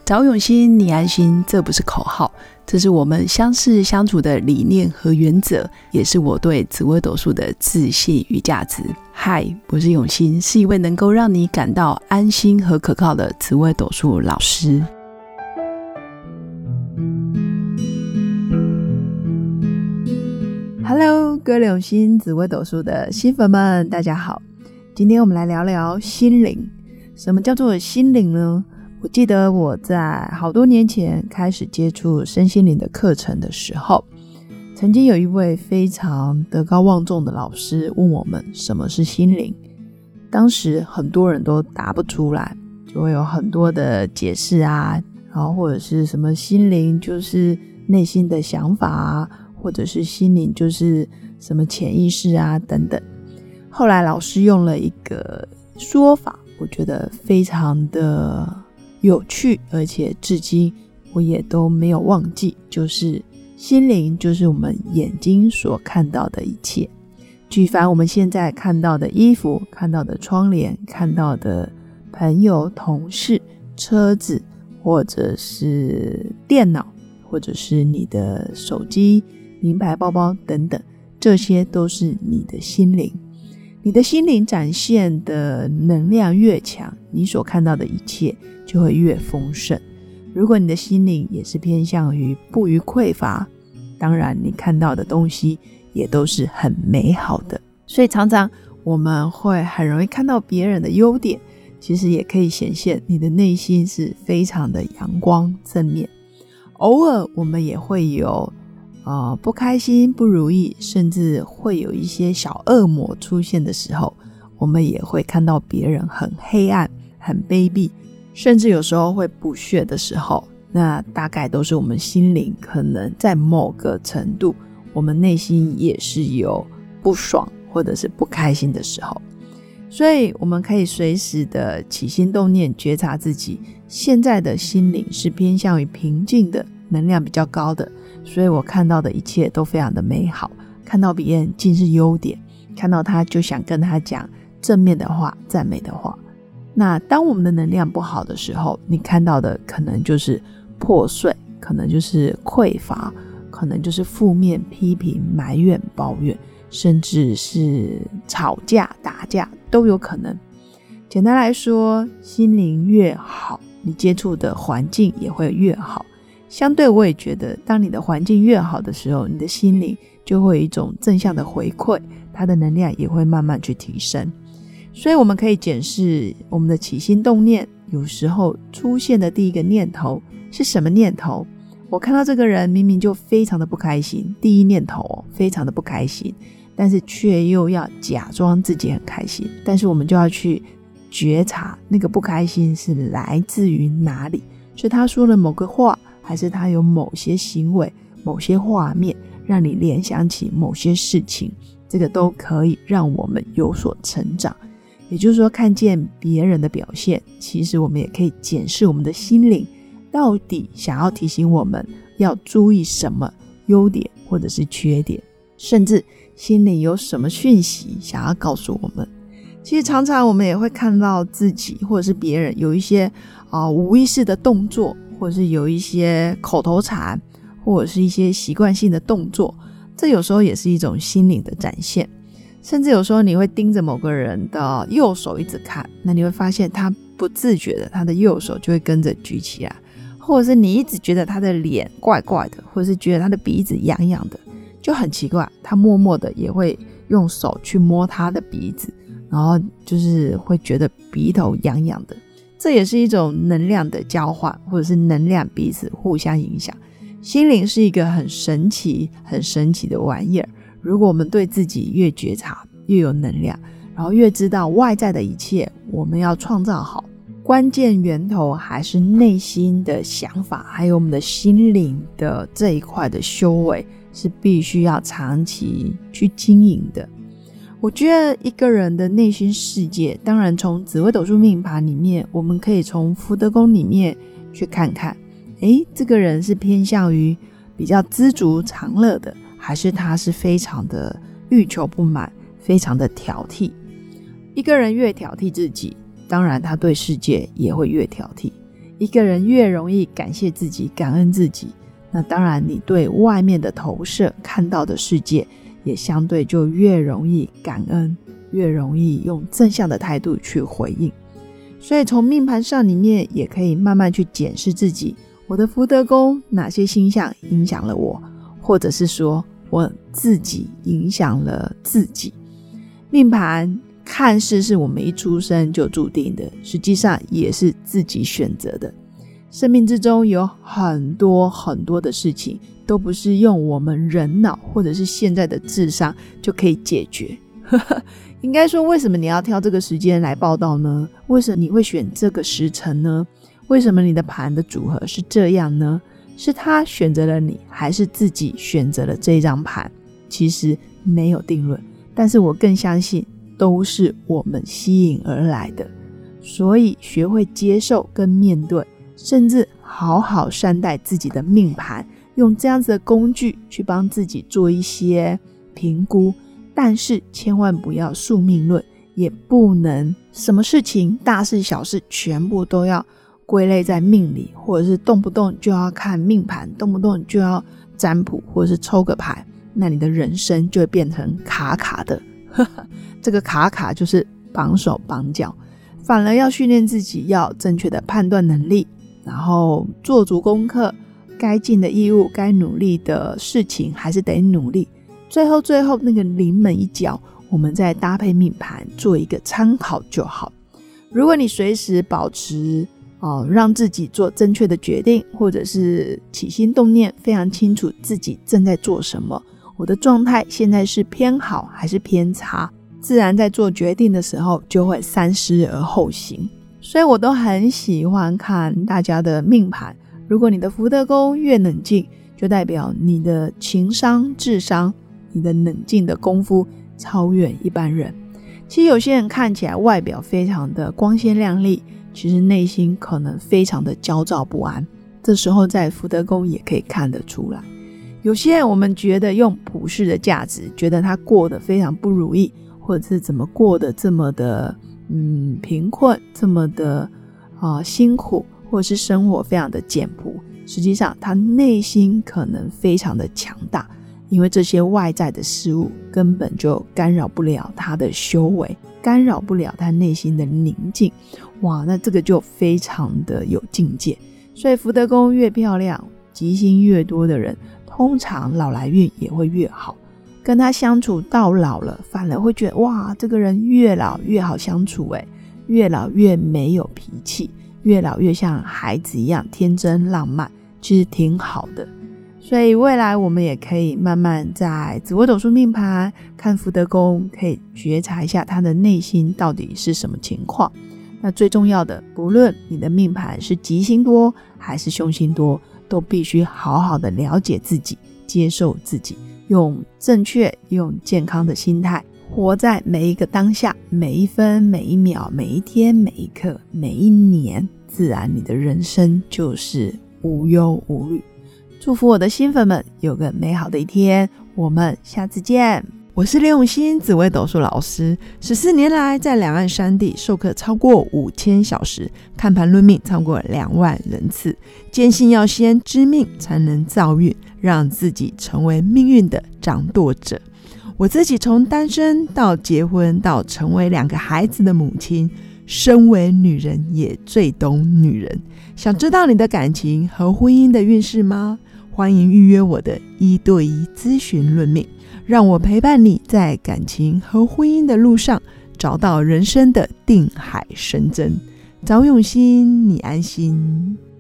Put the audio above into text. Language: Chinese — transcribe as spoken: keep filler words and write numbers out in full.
找永新，你安心，这不是口号，这是我们相识相处的理念和原则，也是我对紫微斗数的自信与价值。嗨，我是永新，是一位能够让你感到安心和可靠的紫微斗数老师。Hello， 各位永新紫微斗数的新粉们，大家好。今天我们来聊聊心灵。什么叫做心灵呢？我记得我在好多年前开始接触身心灵的课程的时候，曾经有一位非常德高望重的老师问我们什么是心灵。当时很多人都答不出来，就会有很多的解释啊，然后或者是什么心灵就是内心的想法啊，或者是心灵就是什么潜意识啊等等。后来老师用了一个说法，我觉得非常的有趣，而且至今我也都没有忘记，就是心灵就是我们眼睛所看到的一切。举凡我们现在看到的衣服，看到的窗帘，看到的朋友、同事、车子，或者是电脑，或者是你的手机、名牌包包等等，这些都是你的心灵。你的心灵展现的能量越强，你所看到的一切就会越丰盛。如果你的心灵也是偏向于不虞匮乏，当然你看到的东西也都是很美好的。所以常常我们会很容易看到别人的优点，其实也可以显现你的内心是非常的阳光正面。偶尔我们也会有呃，不开心、不如意，甚至会有一些小恶魔出现的时候，我们也会看到别人很黑暗、很卑鄙，甚至有时候会不屑的时候，那大概都是我们心灵可能在某个程度，我们内心也是有不爽或者是不开心的时候。所以我们可以随时的起心动念，觉察自己现在的心灵是偏向于平静的，能量比较高的，所以我看到的一切都非常的美好，看到别人尽是优点，看到他就想跟他讲正面的话、赞美的话。那当我们的能量不好的时候，你看到的可能就是破碎，可能就是匮乏，可能就是负面、批评、埋怨、抱怨，甚至是吵架、打架都有可能。简单来说，心灵越好，你接触的环境也会越好。相对我也觉得，当你的环境越好的时候，你的心灵就会有一种正向的回馈，它的能量也会慢慢去提升。所以我们可以检视我们的起心动念，有时候出现的第一个念头是什么念头？我看到这个人明明就非常的不开心，第一念头、哦、非常的不开心，但是却又要假装自己很开心。但是我们就要去觉察那个不开心是来自于哪里，是他说了某个话，还是他有某些行为、某些画面让你联想起某些事情，这个都可以让我们有所成长。也就是说，看见别人的表现，其实我们也可以检视我们的心灵到底想要提醒我们要注意什么优点或者是缺点，甚至心灵有什么讯息想要告诉我们。其实常常我们也会看到自己或者是别人有一些、呃、无意识的动作，或者是有一些口头禅，或者是一些习惯性的动作，这有时候也是一种心灵的展现。甚至有时候你会盯着某个人的右手一直看，那你会发现他不自觉的，他的右手就会跟着举起来，或者是你一直觉得他的脸怪怪的，或者是觉得他的鼻子痒痒的，就很奇怪，他默默的也会用手去摸他的鼻子，然后就是会觉得鼻头痒痒的。这也是一种能量的交换，或者是能量彼此互相影响。心灵是一个很神奇很神奇的玩意儿，如果我们对自己越觉察，越有能量，然后越知道外在的一切我们要创造好，关键源头还是内心的想法，还有我们的心灵的这一块的修为，是必须要长期去经营的。我觉得一个人的内心世界，当然从紫微斗数命盘里面，我们可以从福德宫里面去看看，诶，这个人是偏向于比较知足常乐的，还是他是非常的欲求不满，非常的挑剔。一个人越挑剔自己，当然他对世界也会越挑剔。 一个人越容易感谢自己、感恩自己，那当然你对外面的投射看到的世界也相对就越容易感恩，越容易用正向的态度去回应。所以从命盘上里面也可以慢慢去检视自己，我的福德宫哪些星象影响了我，或者是说我自己影响了自己。命盘看似是我们一出生就注定的，实际上也是自己选择的。生命之中有很多很多的事情都不是用我们人脑或者是现在的智商就可以解决。应该说，为什么你要挑这个时间来报道呢？为什么你会选这个时辰呢？为什么你的盘的组合是这样呢？是他选择了你，还是自己选择了这张盘？其实没有定论，但是我更相信都是我们吸引而来的。所以学会接受跟面对，甚至好好善待自己的命盘，用这样子的工具去帮自己做一些评估，但是千万不要宿命论，也不能什么事情大事小事全部都要归类在命理，或者是动不动就要看命盘，动不动就要占卜或者是抽个牌，那你的人生就会变成卡卡的。这个卡卡就是绑手绑脚，反而要训练自己要正确的判断能力，然后做足功课，该尽的义务，该努力的事情还是得努力，最后最后那个临门一脚，我们再搭配命盘做一个参考就好。如果你随时保持哦，让自己做正确的决定，或者是起心动念非常清楚自己正在做什么，我的状态现在是偏好还是偏差，自然在做决定的时候就会三思而后行。所以我都很喜欢看大家的命盘，如果你的福德宫越冷静，就代表你的情商、智商，你的冷静的功夫超越一般人。其实有些人看起来外表非常的光鲜亮丽，其实内心可能非常的焦躁不安，这时候在福德宫也可以看得出来。有些人我们觉得用普世的价值，觉得他过得非常不如意，或者是怎么过得这么的嗯贫困，这么的、呃、辛苦，或者是生活非常的简朴，实际上他内心可能非常的强大，因为这些外在的事物根本就干扰不了他的修为，干扰不了他内心的宁静。哇，那这个就非常的有境界。所以福德宫越漂亮，吉星越多的人，通常老来运也会越好。跟他相处到老了，反而会觉得哇，这个人越老越好相处诶，越老越没有脾气，越老越像孩子一样天真浪漫，其实挺好的。所以未来我们也可以慢慢在紫微斗数命盘看福德宫，可以觉察一下他的内心到底是什么情况。那最重要的，不论你的命盘是吉星多还是凶星多，都必须好好的了解自己，接受自己，用正确用健康的心态活在每一个当下，每一分每一秒，每一天每一刻，每一年，自然你的人生就是无忧无虑。祝福我的新粉们有个美好的一天，我们下次见。我是刘永新，紫微斗数老师，十四年来在两岸三地授课超过五千小时，看盘论命超过两万人次，坚信要先知命才能造运，让自己成为命运的掌舵者。我自己从单身到结婚到成为两个孩子的母亲，身为女人也最懂女人。想知道你的感情和婚姻的运势吗？欢迎预约我的一对一咨询论命，让我陪伴你在感情和婚姻的路上找到人生的定海神针。找永新，你安心。